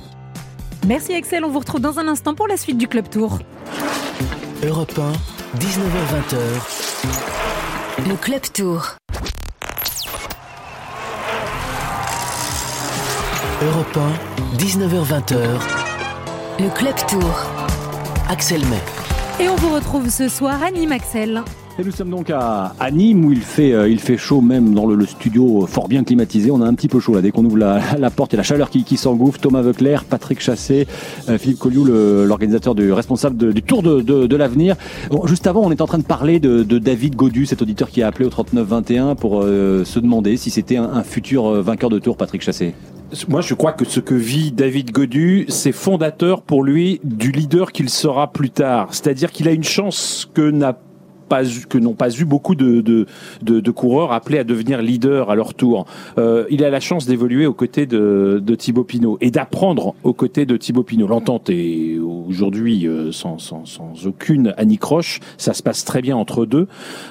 Merci Axel, on vous retrouve dans un instant pour la suite du Club Tour. Europe un, dix-neuf heures vingt. Le Club Tour. Europe un, dix-neuf heures vingt. Le Club Tour. Axel May. Et on vous retrouve ce soir à Nîmes, Axel. Et nous sommes donc à, à Nîmes où il fait, euh, il fait chaud même dans le, le studio fort bien climatisé. On a un petit peu chaud là dès qu'on ouvre la, la porte, il y a la chaleur qui, qui s'engouffre. Thomas Voeckler, Patrick Chassé, euh, Philippe Colliou, le, l'organisateur du responsable de, du Tour de, de, de l'Avenir. Bon, juste avant, on est en train de parler de, de David Gaudu, cet auditeur qui a appelé au trente-neuf vingt et un pour euh, se demander si c'était un, un futur vainqueur de Tour, Patrick Chassé. Moi, je crois que ce que vit David Gaudu, c'est fondateur pour lui du leader qu'il sera plus tard. C'est-à-dire qu'il a une chance que n'a Pas, que n'ont pas eu beaucoup de, de, de, de coureurs appelés à devenir leaders à leur tour. Euh, il a la chance d'évoluer aux côtés de, de Thibaut Pinot et d'apprendre aux côtés de Thibaut Pinot. L'entente est aujourd'hui euh, sans, sans, sans aucune anicroche. Ça se passe très bien entre deux.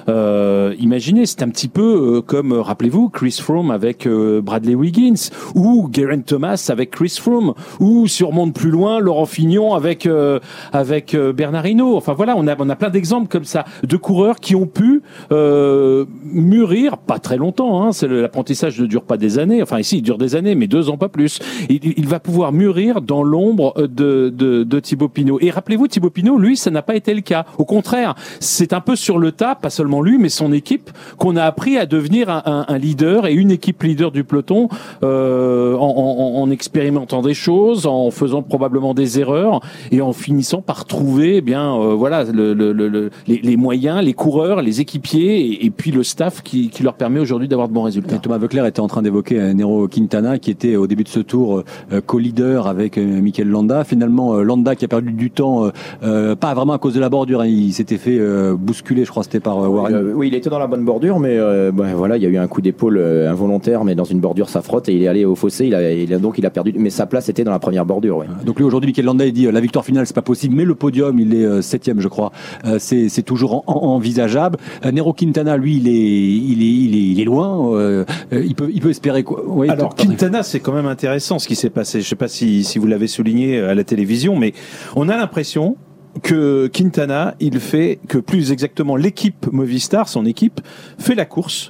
Euh, imaginez, c'est un petit peu euh, comme, rappelez-vous, Chris Froome avec euh, Bradley Wiggins, ou Geraint Thomas avec Chris Froome, ou si on remonte plus loin, Laurent Fignon avec, euh, avec euh, Bernard Hinault. Enfin voilà, on a, on a plein d'exemples comme ça de coureurs qui ont pu euh, mûrir, pas très longtemps, hein, c'est l'apprentissage ne dure pas des années, enfin ici il dure des années, mais deux ans pas plus. Il, il va pouvoir mûrir dans l'ombre de, de, de Thibaut Pinot. Et rappelez-vous, Thibaut Pinot, lui, ça n'a pas été le cas. Au contraire, c'est un peu sur le tas, pas seulement lui, mais son équipe, qu'on a appris à devenir un, un, un leader et une équipe leader du peloton euh, en, en, en expérimentant des choses, en faisant probablement des erreurs et en finissant par trouver, eh bien, euh, voilà, le, le, le, les, les moyens, les coureurs, les équipiers et, et puis le staff qui, qui leur permet aujourd'hui d'avoir de bons résultats. Et Thomas Voeckler était en train d'évoquer euh, Nairo Quintana qui était au début de ce tour euh, co-leader avec euh, Mikel Landa. Finalement, euh, Landa qui a perdu du temps, euh, euh, pas vraiment à cause de la bordure, hein, il s'était fait euh, bousculer, je crois, c'était par euh, Warren. Euh, oui, il était dans la bonne bordure, mais euh, bah, voilà, il y a eu un coup d'épaule euh, involontaire, mais dans une bordure ça frotte et il est allé au fossé. Il a, il a donc il a perdu, mais sa place était dans la première bordure. Ouais. Donc lui aujourd'hui, Mikel Landa, il dit euh, la victoire finale c'est pas possible, mais le podium, il est euh, septième, je crois, euh, c'est, c'est toujours en, en, envisageable. Euh, Nairo Quintana, lui, il est, il est, il est, il est loin. Euh, il peut, il peut espérer quoi. Oui, alors Quintana, c'est quand même intéressant ce qui s'est passé. Je sais pas si, si vous l'avez souligné à la télévision, mais on a l'impression que Quintana, il fait que plus exactement l'équipe Movistar, son équipe, fait la course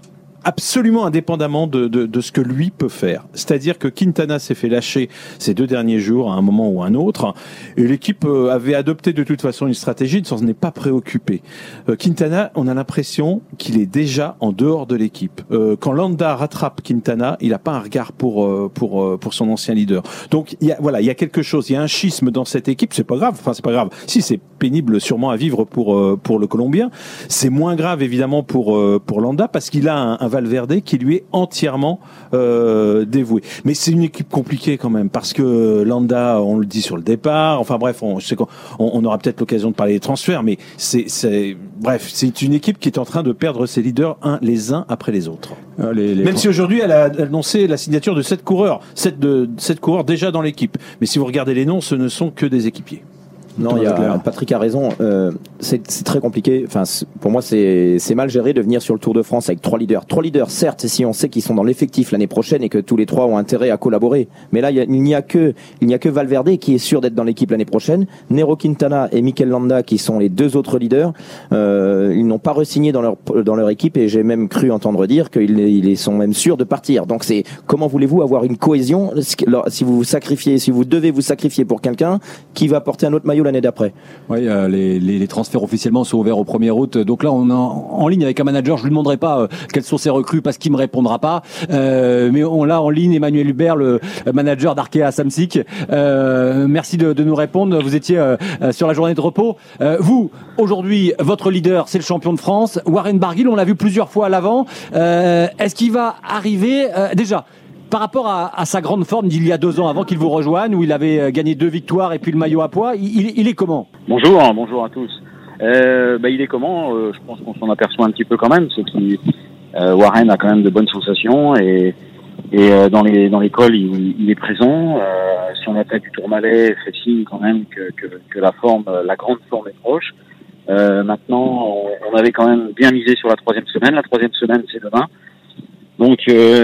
absolument indépendamment de, de, de ce que lui peut faire. C'est-à-dire que Quintana s'est fait lâcher ces deux derniers jours à un moment ou un autre, et l'équipe avait adopté de toute façon une stratégie, ne s'en est pas préoccupée. Euh, Quintana, on a l'impression qu'il est déjà en dehors de l'équipe. Euh, quand Landa rattrape Quintana, il n'a pas un regard pour euh, pour euh, pour son ancien leader. Donc il y a voilà, il y a quelque chose, il y a un schisme dans cette équipe. C'est pas grave, enfin c'est pas grave. Si, c'est pénible sûrement à vivre pour euh, pour le Colombien. C'est moins grave évidemment pour euh, pour Landa parce qu'il a un, un Valverde qui lui est entièrement euh, dévoué. Mais c'est une équipe compliquée quand même parce que Landa, on le dit sur le départ. Enfin bref, on, je sais qu'on on aura peut-être l'occasion de parler des transferts, mais c'est c'est bref, c'est une équipe qui est en train de perdre ses leaders un, les uns après les autres. Euh, les, les... Même si aujourd'hui elle a annoncé la signature de sept coureurs, sept de sept coureurs déjà dans l'équipe. Mais si vous regardez les noms, ce ne sont que des équipiers. Non, il y a, Patrick a raison. Euh, c'est, c'est très compliqué. Enfin, pour moi, c'est, c'est mal géré de venir sur le Tour de France avec trois leaders. Trois leaders, certes, si on sait qu'ils sont dans l'effectif l'année prochaine et que tous les trois ont intérêt à collaborer. Mais là, il, y a, il n'y a que, il n'y a que Valverde qui est sûr d'être dans l'équipe l'année prochaine. Nero Quintana et Mikel Landa qui sont les deux autres leaders. Euh, ils n'ont pas re-signé dans leur dans leur équipe et j'ai même cru entendre dire qu'ils ils sont même sûrs de partir. Donc, c'est comment voulez-vous avoir une cohésion si vous vous sacrifiez, si vous devez vous sacrifier pour quelqu'un qui va porter un autre maillot l'année d'après. Oui, euh, les, les, les transferts officiellement sont ouverts au premier août. Donc là, on est en, en ligne avec un manager. Je lui demanderai pas euh, quelles sont ses recrues parce qu'il me répondra pas. Euh, mais on l'a en ligne, Emmanuel Hubert, le manager d'Arkea Samsic. Euh, merci de, de nous répondre. Vous étiez euh, sur la journée de repos. Euh, vous, aujourd'hui, votre leader, c'est le champion de France, Warren Barguil. On l'a vu plusieurs fois à l'avant. Euh, est-ce qu'il va arriver euh, déjà? Par rapport à, à sa grande forme d'il y a deux ans, avant qu'il vous rejoigne, où il avait gagné deux victoires et puis le maillot à pois, il, il est comment? Bonjour, bonjour à tous. Euh, bah, il est comment euh, Je pense qu'on s'en aperçoit un petit peu quand même. C'est qu'il euh, Warren a quand même de bonnes sensations et, et euh, dans les dans l'école il, il est présent. Euh, si on attaque du Tourmalet, fait signe quand même que, que, que la forme, la grande forme est proche. Euh, maintenant, on, on avait quand même bien misé sur la troisième semaine. La troisième semaine, c'est demain. Donc,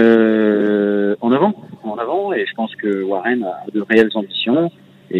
euh, en avant, en avant, et je pense que Warren a de réelles ambitions,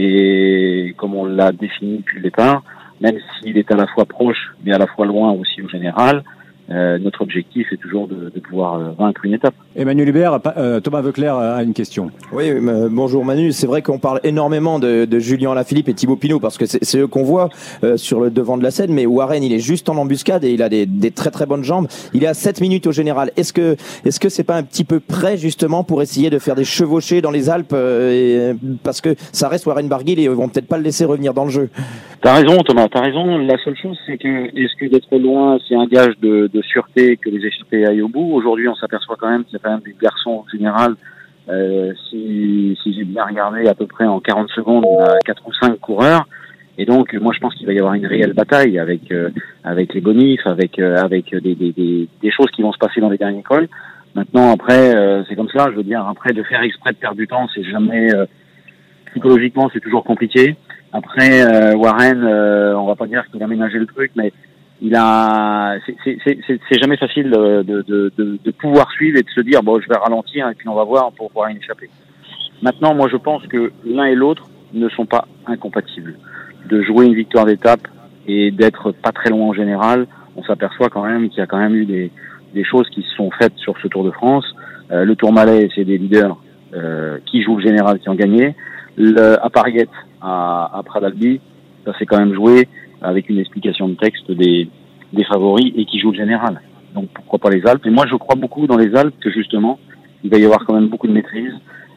et comme on l'a défini depuis le départ, même s'il est à la fois proche, mais à la fois loin aussi au général, euh, notre objectif est toujours de, de pouvoir euh, vaincre une étape. Emmanuel Hubert, euh, Thomas Voeckler a une question. Oui, euh, bonjour Manu. C'est vrai qu'on parle énormément de, de Julien Alaphilippe et Thibaut Pinot parce que c'est, c'est eux qu'on voit euh, sur le devant de la scène, mais Warren, il est juste en embuscade et il a des, des très très bonnes jambes. Il est à sept minutes au général. Est-ce que est-ce que c'est pas un petit peu près justement pour essayer de faire des chevauchées dans les Alpes euh, et, parce que ça reste Warren Barguil et ils vont peut-être pas le laisser revenir dans le jeu. T'as raison Thomas, t'as raison. La seule chose c'est que est-ce que d'être loin c'est un gage de, de sûreté que les échappés aillent au bout. Aujourd'hui on s'aperçoit quand même qu'il y a quand même des garçons en général. Euh, si, si j'ai bien regardé, à peu près en quarante secondes, on a quatre ou cinq coureurs. Et donc, moi, je pense qu'il va y avoir une réelle bataille avec euh, avec les bonifs, avec euh, avec des, des des des choses qui vont se passer dans les derniers cols. Maintenant, après, euh, c'est comme ça. Je veux dire, après, de faire exprès de perdre du temps, c'est jamais euh, psychologiquement, c'est toujours compliqué. Après, euh, Warren, euh, on va pas dire qu'il a ménagé le truc, mais il a, c'est, c'est, c'est, c'est jamais facile de, de, de, de pouvoir suivre et de se dire, bon, je vais ralentir et puis on va voir pour pouvoir y échapper. Maintenant, moi, je pense que l'un et l'autre ne sont pas incompatibles. De jouer une victoire d'étape et d'être pas très loin en général, on s'aperçoit quand même qu'il y a quand même eu des, des choses qui se sont faites sur ce Tour de France. Euh, le Tourmalet, c'est des leaders euh, qui jouent le général qui ont gagné. Le, à Pariette, à, à Pradalbi, ça s'est quand même joué avec une explication de texte des, des favoris et qui jouent le général. Donc pourquoi pas les Alpes? Et moi je crois beaucoup dans les Alpes que justement il va y avoir quand même beaucoup de maîtrise.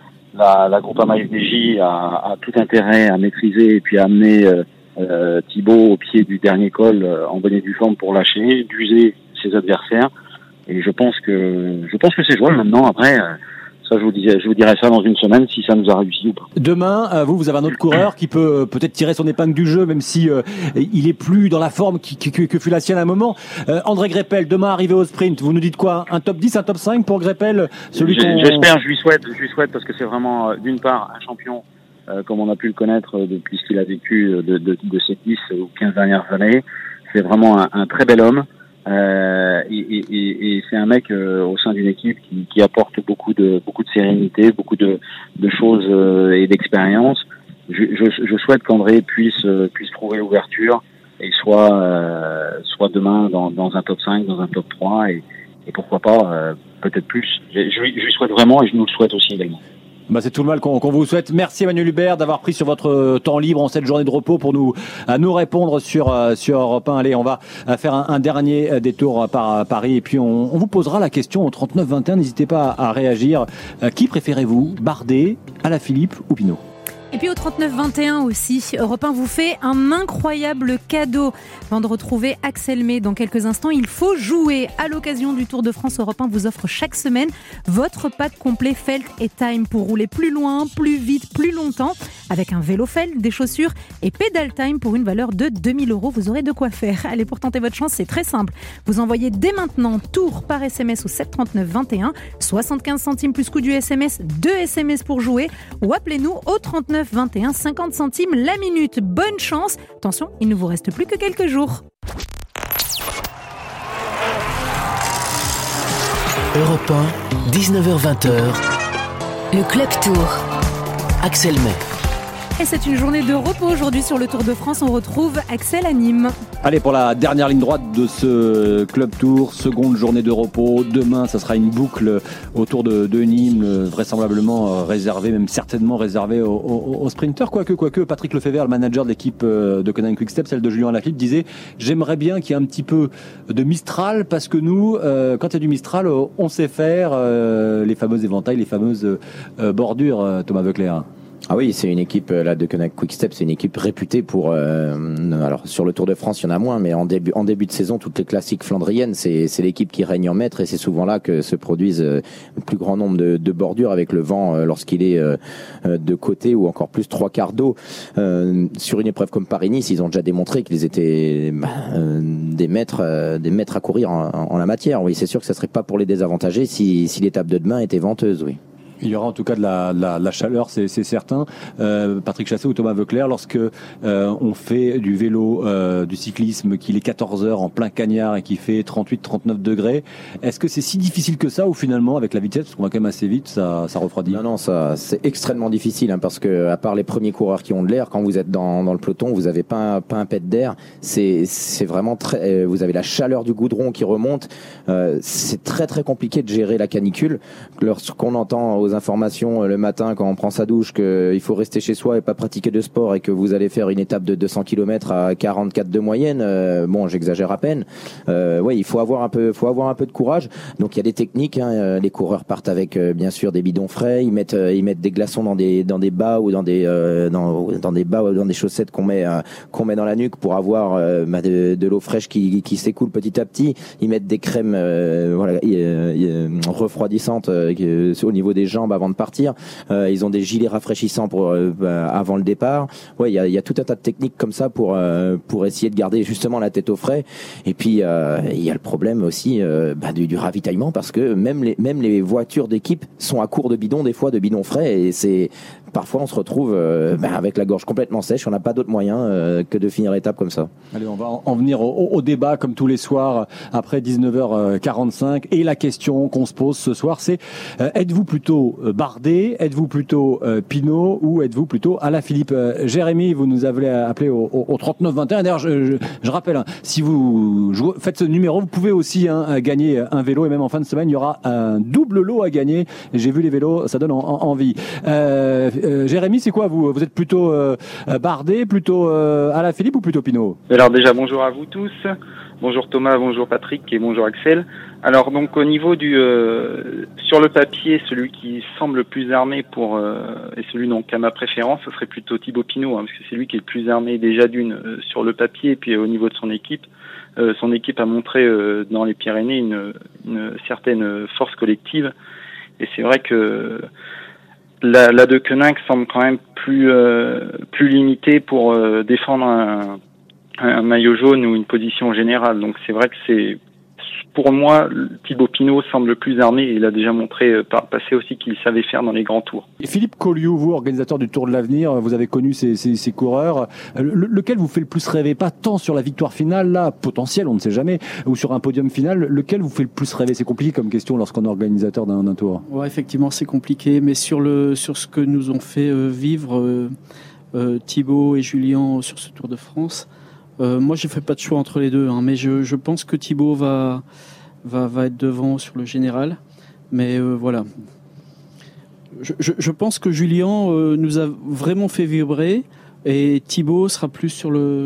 La, la Groupama F D J a, a tout intérêt à maîtriser et puis à amener euh, euh, Thibaut au pied du dernier col euh, en bonne et due forme pour lâcher, d'user ses adversaires. Et je pense que je pense que c'est jouable maintenant. Après. Euh, Ça, je vous disais, je vous dirai ça dans une semaine si ça nous a réussi ou pas. Demain, euh, vous, vous avez un autre coureur qui peut euh, peut-être tirer son épingle du jeu, même si euh, il est plus dans la forme qui, qui, que, que fut la sienne à un moment. Euh, André Greipel, demain arrivé au sprint, vous nous dites quoi? Un top dix, un top cinq pour Greipel, celui qu'on... J'espère, je lui souhaite, je lui souhaite parce que c'est vraiment, d'une part, un champion, euh, comme on a pu le connaître depuis ce qu'il a vécu de, de, de ces dix ou quinze dernières années. C'est vraiment un, un très bel homme. Euh, et, et, et c'est un mec euh, au sein d'une équipe qui, qui apporte beaucoup de beaucoup de sérénité, beaucoup de, de choses euh, et d'expérience. Je, je, je souhaite qu'André puisse euh, puisse trouver l'ouverture et soit euh, soit demain dans, dans un top cinq, dans un top trois et, et pourquoi pas euh, peut-être plus. Je, je, lui- je lui souhaite vraiment et je nous le souhaite aussi également. Bah, c'est tout le mal qu'on qu'on vous souhaite. Merci Emmanuel Hubert d'avoir pris sur votre temps libre en cette journée de repos pour nous, à nous répondre sur, euh, sur Europe un. Allez, on va euh, faire un, un dernier détour par euh, Paris et puis on, on vous posera la question au trente-neuf vingt et un. N'hésitez pas à, à réagir. Euh, qui préférez-vous, Bardet, Alaphilippe ou Pinot ? Et puis au trente-neuf vingt et un aussi, Europe un vous fait un incroyable cadeau. Avant de retrouver Axel May dans quelques instants, il faut jouer. À l'occasion du Tour de France, Europe un vous offre chaque semaine votre pack complet Felt et Time pour rouler plus loin, plus vite, plus longtemps. Avec un vélo Felt, des chaussures et Pedal Time pour une valeur de deux mille euros. Vous aurez de quoi faire. Allez, pour tenter votre chance, c'est très simple. Vous envoyez dès maintenant Tour par S M S au sept trente-neuf vingt et un, soixante-quinze centimes plus coût du S M S, deux S M S pour jouer ou appelez-nous au trente-neuf vingt et un, cinquante centimes la minute. Bonne chance. Attention, il ne vous reste plus que quelques jours. Europe un, dix-neuf heures vingt. Le Club Tour. Axel May. Et c'est une journée de repos aujourd'hui sur le Tour de France. On retrouve Axel à Nîmes. Allez, pour la dernière ligne droite de ce Club Tour, seconde journée de repos. Demain, ça sera une boucle autour de, de Nîmes, vraisemblablement réservée, même certainement réservée aux, aux, aux sprinteurs. Quoique, quoique, Patrick Lefebvre, le manager de l'équipe de Conan Quick-Step, celle de Julien Alaphilippe, disait « J'aimerais bien qu'il y ait un petit peu de Mistral, parce que nous, euh, quand il y a du Mistral, on sait faire euh, les fameux éventails, les fameuses euh, bordures, Thomas Voeckler. » Ah oui, c'est une équipe là de Konak Quick-Step, c'est une équipe réputée pour. Euh, alors sur le Tour de France, il y en a moins, mais en début en début de saison, toutes les classiques flandriennes, c'est c'est l'équipe qui règne en maître et c'est souvent là que se produisent euh, le plus grand nombre de, de bordures avec le vent euh, lorsqu'il est euh, de côté ou encore plus trois quarts d'eau. Euh, sur une épreuve comme Paris-Nice, ils ont déjà démontré qu'ils étaient bah, euh, des maîtres, euh, des maîtres à courir en, en la matière. Oui, c'est sûr que ça serait pas pour les désavantager si si l'étape de demain était venteuse, oui. Il y aura en tout cas de la, la, la chaleur, c'est, c'est certain. Euh, Patrick Chassé ou Thomas Voeckler, lorsque euh, on fait du vélo, euh, du cyclisme, qu'il est quatorze heures en plein cagnard et qu'il fait trente-huit trente-neuf degrés, est-ce que c'est si difficile que ça ou finalement avec la vitesse, parce qu'on va quand même assez vite, ça, ça refroidit? Non, non, ça, c'est extrêmement difficile hein, parce que à part les premiers coureurs qui ont de l'air, quand vous êtes dans, dans le peloton, vous avez pas un, pas un pet d'air. C'est, c'est vraiment très. Vous avez la chaleur du goudron qui remonte. Euh, c'est très très compliqué de gérer la canicule. Lorsqu'on entend aux informations le matin quand on prend sa douche qu'il faut rester chez soi et pas pratiquer de sport et que vous allez faire une étape de deux cents kilomètres à quarante-quatre de moyenne, euh, bon j'exagère à peine, euh, ouais, il faut avoir un peu faut avoir un peu de courage. Donc il y a des techniques hein. Les coureurs partent avec euh, bien sûr des bidons frais, ils mettent euh, ils mettent des glaçons dans des dans des bas ou dans des euh, dans, dans des bas ou dans des chaussettes qu'on met euh, qu'on met dans la nuque pour avoir euh, bah, de, de l'eau fraîche qui, qui s'écoule petit à petit. Ils mettent des crèmes euh, voilà euh, euh, refroidissantes euh, au niveau des jambes avant de partir. Euh, ils ont des gilets rafraîchissants pour euh, bah, avant le départ. Ouais, il y a, y a tout un tas de techniques comme ça pour euh, pour essayer de garder justement la tête au frais. Et puis il euh, y a le problème aussi euh, bah, du, du ravitaillement parce que même les même les voitures d'équipe sont à court de bidons des fois de bidons frais et c'est parfois on se retrouve euh, bah, avec la gorge complètement sèche. On n'a pas d'autre moyen euh, que de finir l'étape comme ça. Allez, on va en venir au, au débat comme tous les soirs après dix-neuf heures quarante-cinq et la question qu'on se pose ce soir c'est euh, êtes-vous plutôt Bardet, êtes-vous plutôt euh, Pinot ou êtes-vous plutôt Alaphilippe? euh, Jérémy, vous nous avez appelé au, au, au trente-neuf vingt et un. D'ailleurs, je, je, je rappelle, hein, si vous jouez, faites ce numéro, vous pouvez aussi hein, gagner un vélo et même en fin de semaine, il y aura un double lot à gagner. J'ai vu les vélos, ça donne en, en, envie. Euh, euh, Jérémy, c'est quoi vous? Vous êtes plutôt euh, Bardet, plutôt euh, Alaphilippe ou plutôt Pinot? Alors déjà, bonjour à vous tous. Bonjour Thomas, bonjour Patrick et bonjour Axel. Alors donc au niveau du euh, sur le papier, celui qui semble le plus armé pour euh, et celui donc à ma préférence, ce serait plutôt Thibaut Pinot, hein, parce que c'est lui qui est le plus armé déjà d'une euh, sur le papier et puis euh, au niveau de son équipe. Euh, son équipe a montré euh, dans les Pyrénées une, une certaine force collective et c'est vrai que la, la de Koenig semble quand même plus euh, plus limitée pour euh, défendre un un maillot jaune ou une position générale. Donc c'est vrai que c'est, pour moi, Thibaut Pinot semble le plus armé et il a déjà montré par le passé aussi qu'il savait faire dans les grands tours. Et Philippe Colliou, vous, organisateur du Tour de l'Avenir, vous avez connu ces, ces, ces coureurs. Le, lequel vous fait le plus rêver? Pas tant sur la victoire finale, là, potentielle, on ne sait jamais, ou sur un podium final. Lequel vous fait le plus rêver? C'est compliqué comme question lorsqu'on est organisateur d'un, d'un tour. Ouais, effectivement, c'est compliqué, mais sur, le, sur ce que nous ont fait euh, vivre euh, euh, Thibaut et Julien sur ce Tour de France, Euh, moi, je ne fais pas de choix entre les deux, hein, mais je, je pense que Thibaut va, va, va être devant sur le général. Mais euh, voilà. Je, je, je pense que Julien euh, nous a vraiment fait vibrer et Thibaut sera plus sur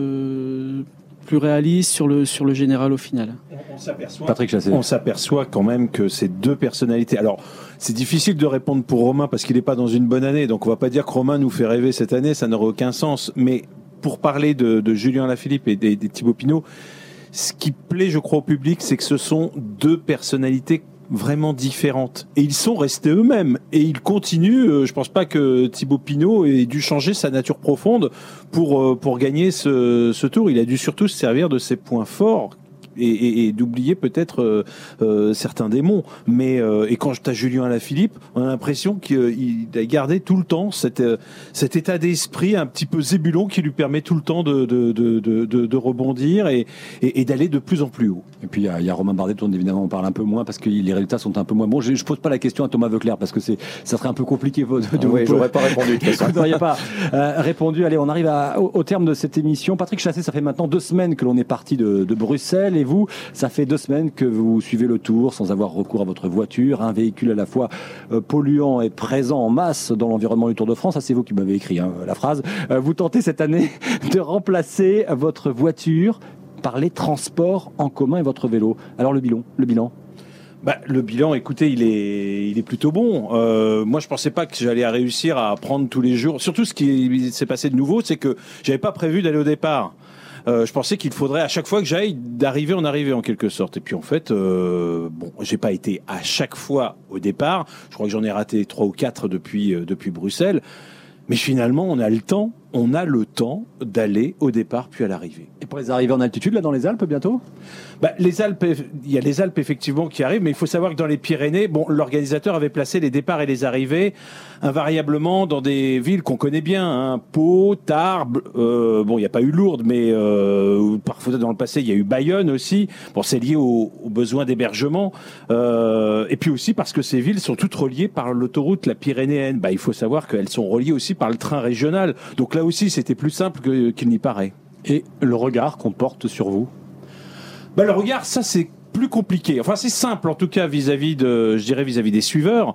le plus réaliste sur le sur le général au final. On s'aperçoit, Patrick Chassé. On s'aperçoit quand même que ces deux personnalités. Alors, c'est difficile de répondre pour Romain parce qu'il n'est pas dans une bonne année, donc on va pas dire que Romain nous fait rêver cette année, ça n'aurait aucun sens. Mais pour parler de, de Julien Alaphilippe et des, des Thibaut Pinot, ce qui plaît, je crois, au public, c'est que ce sont deux personnalités vraiment différentes. Et ils sont restés eux-mêmes. Et ils continuent. Je pense pas que Thibaut Pinot ait dû changer sa nature profonde pour, pour gagner ce, ce tour. Il a dû surtout se servir de ses points forts. Et, et, et d'oublier peut-être euh, euh, certains démons. Mais euh, et quand tu as Julien Alaphilippe, on a l'impression qu'il a gardé tout le temps cet, euh, cet état d'esprit un petit peu zébulon qui lui permet tout le temps de, de, de, de, de, de rebondir et, et, et d'aller de plus en plus haut. Et puis il y a, y a Romain Bardet dont évidemment on parle un peu moins parce que les résultats sont un peu moins bons. Je, je pose pas la question à Thomas Voeckler parce que c'est ça serait un peu compliqué. De, de ah oui, j'aurais pas répondu. Vous n'auriez pas euh, répondu. Allez, on arrive à, au, au terme de cette émission. Patrick Chassé, ça fait maintenant deux semaines que l'on est parti de, de Bruxelles et vous, ça fait deux semaines que vous suivez le Tour sans avoir recours à votre voiture, un véhicule à la fois euh, polluant et présent en masse dans l'environnement du Tour de France. Ça, c'est vous qui m'avez écrit hein, la phrase. Euh, vous tentez cette année de remplacer votre voiture par les transports en commun et votre vélo. Alors le bilan, le bilan. Bah, le bilan, écoutez, il est, il est plutôt bon. Euh, moi, je pensais pas que j'allais réussir à prendre tous les jours. Surtout, ce qui s'est passé de nouveau, c'est que j'avais pas prévu d'aller au départ. Euh, je pensais qu'il faudrait à chaque fois que j'aille d'arriver en arrivée en quelque sorte. Et puis en fait, euh, bon, j'ai pas été à chaque fois au départ. Je crois que j'en ai raté trois ou quatre depuis euh, depuis Bruxelles. Mais finalement, on a le temps, on a le temps d'aller au départ puis à l'arrivée. Et pour les arrivées en altitude, là, dans les Alpes, bientôt ? Bah, les Alpes, il y a les Alpes effectivement qui arrivent, mais il faut savoir que dans les Pyrénées, bon, l'organisateur avait placé les départs et les arrivées invariablement dans des villes qu'on connaît bien, hein, Pau, Tarbes. Euh, bon, il n'y a pas eu Lourdes, mais euh, parfois dans le passé, il y a eu Bayonne aussi. Bon, c'est lié aux, aux besoins d'hébergement, euh, et puis aussi parce que ces villes sont toutes reliées par l'autoroute la Pyrénéenne. Bah, il faut savoir qu'elles sont reliées aussi par le train régional. Donc là aussi, c'était plus simple que, qu'il n'y paraît. Et le regard qu'on porte sur vous ? Bah, le regard, ça c'est plus compliqué. Enfin, c'est simple en tout cas vis-à-vis de, je dirais vis-à-vis des suiveurs.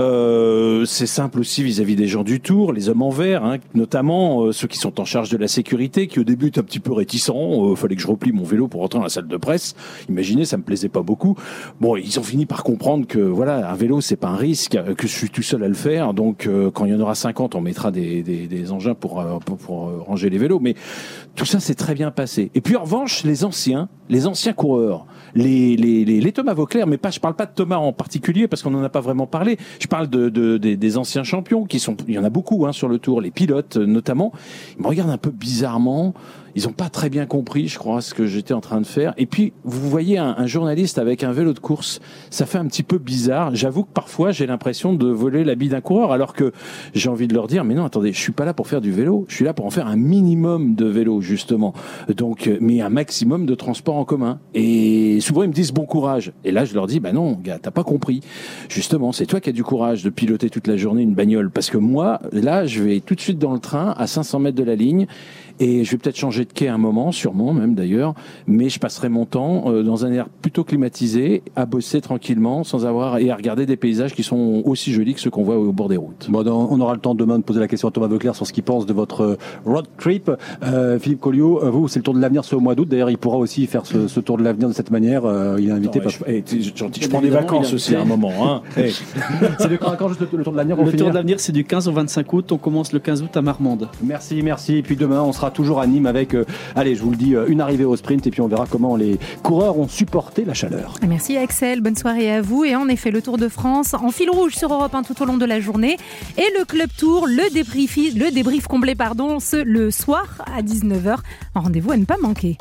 Euh, c'est simple aussi vis-à-vis des gens du Tour, les hommes en vert, hein, notamment euh, ceux qui sont en charge de la sécurité, qui au début étaient un petit peu réticents. Euh, fallait que je replie mon vélo pour rentrer dans la salle de presse. Imaginez, ça me plaisait pas beaucoup. Bon, ils ont fini par comprendre que voilà, un vélo c'est pas un risque, que je suis tout seul à le faire. Donc, euh, quand il y en aura cinquante, on mettra des, des, des engins pour, euh, pour, pour euh, ranger les vélos. Mais tout ça, c'est très bien passé. Et puis en revanche, les anciens, les anciens coureurs. Les, les, les, les Thomas Voeckler, mais pas, je parle pas de Thomas en particulier parce qu'on n'en a pas vraiment parlé. Je parle de, de, de des anciens champions qui sont, il y en a beaucoup hein, sur le Tour, les pilotes notamment. Ils me regardent un peu bizarrement. Ils ont pas très bien compris, je crois, ce que j'étais en train de faire. Et puis, vous voyez un, un journaliste avec un vélo de course, ça fait un petit peu bizarre. J'avoue que parfois, j'ai l'impression de voler l'habit d'un coureur, alors que j'ai envie de leur dire, mais non, attendez, je suis pas là pour faire du vélo. Je suis là pour en faire un minimum de vélo, justement. Donc, mais un maximum de transport en commun. Et souvent, ils me disent bon courage. Et là, je leur dis, bah non, gars, t'as pas compris. Justement, c'est toi qui as du courage de piloter toute la journée une bagnole. Parce que moi, là, je vais tout de suite dans le train, à cinq cents mètres de la ligne. Et je vais peut-être changer de quai un moment, sûrement même d'ailleurs, mais je passerai mon temps euh, dans un air plutôt climatisé, à bosser tranquillement, sans avoir et à regarder des paysages qui sont aussi jolis que ceux qu'on voit au bord des routes. Bon, on aura le temps demain de poser la question à Thomas Voeckler sur ce qu'il pense de votre road trip. Euh, Philippe Colliot, vous, c'est le Tour de l'avenir, c'est au mois d'août. D'ailleurs, il pourra aussi faire ce, ce Tour de l'avenir de cette manière. Euh, il est invité. Non, par... je, je, je, je, je prends des vacances aussi à un moment. Hein. Hey. C'est de quand, quand juste le, le Tour de l'avenir? Le Tour de l'avenir, c'est du quinze au vingt-cinq août. On commence le quinze août à Marmande. Merci, merci. Et puis demain, on sera toujours à Nîmes avec, euh, allez, je vous le dis, euh, une arrivée au sprint. Et puis on verra comment les coureurs ont supporté la chaleur. Merci Axel, bonne soirée à vous. Et en effet, le Tour de France en fil rouge sur Europe un tout au long de la journée. Et le Club Tour, le débrief, le débrief complet pardon, ce, le soir à dix-neuf heures. Un rendez-vous à ne pas manquer.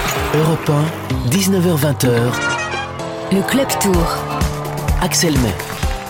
Europe un, dix-neuf heures vingt. Le Club Tour. Axel May.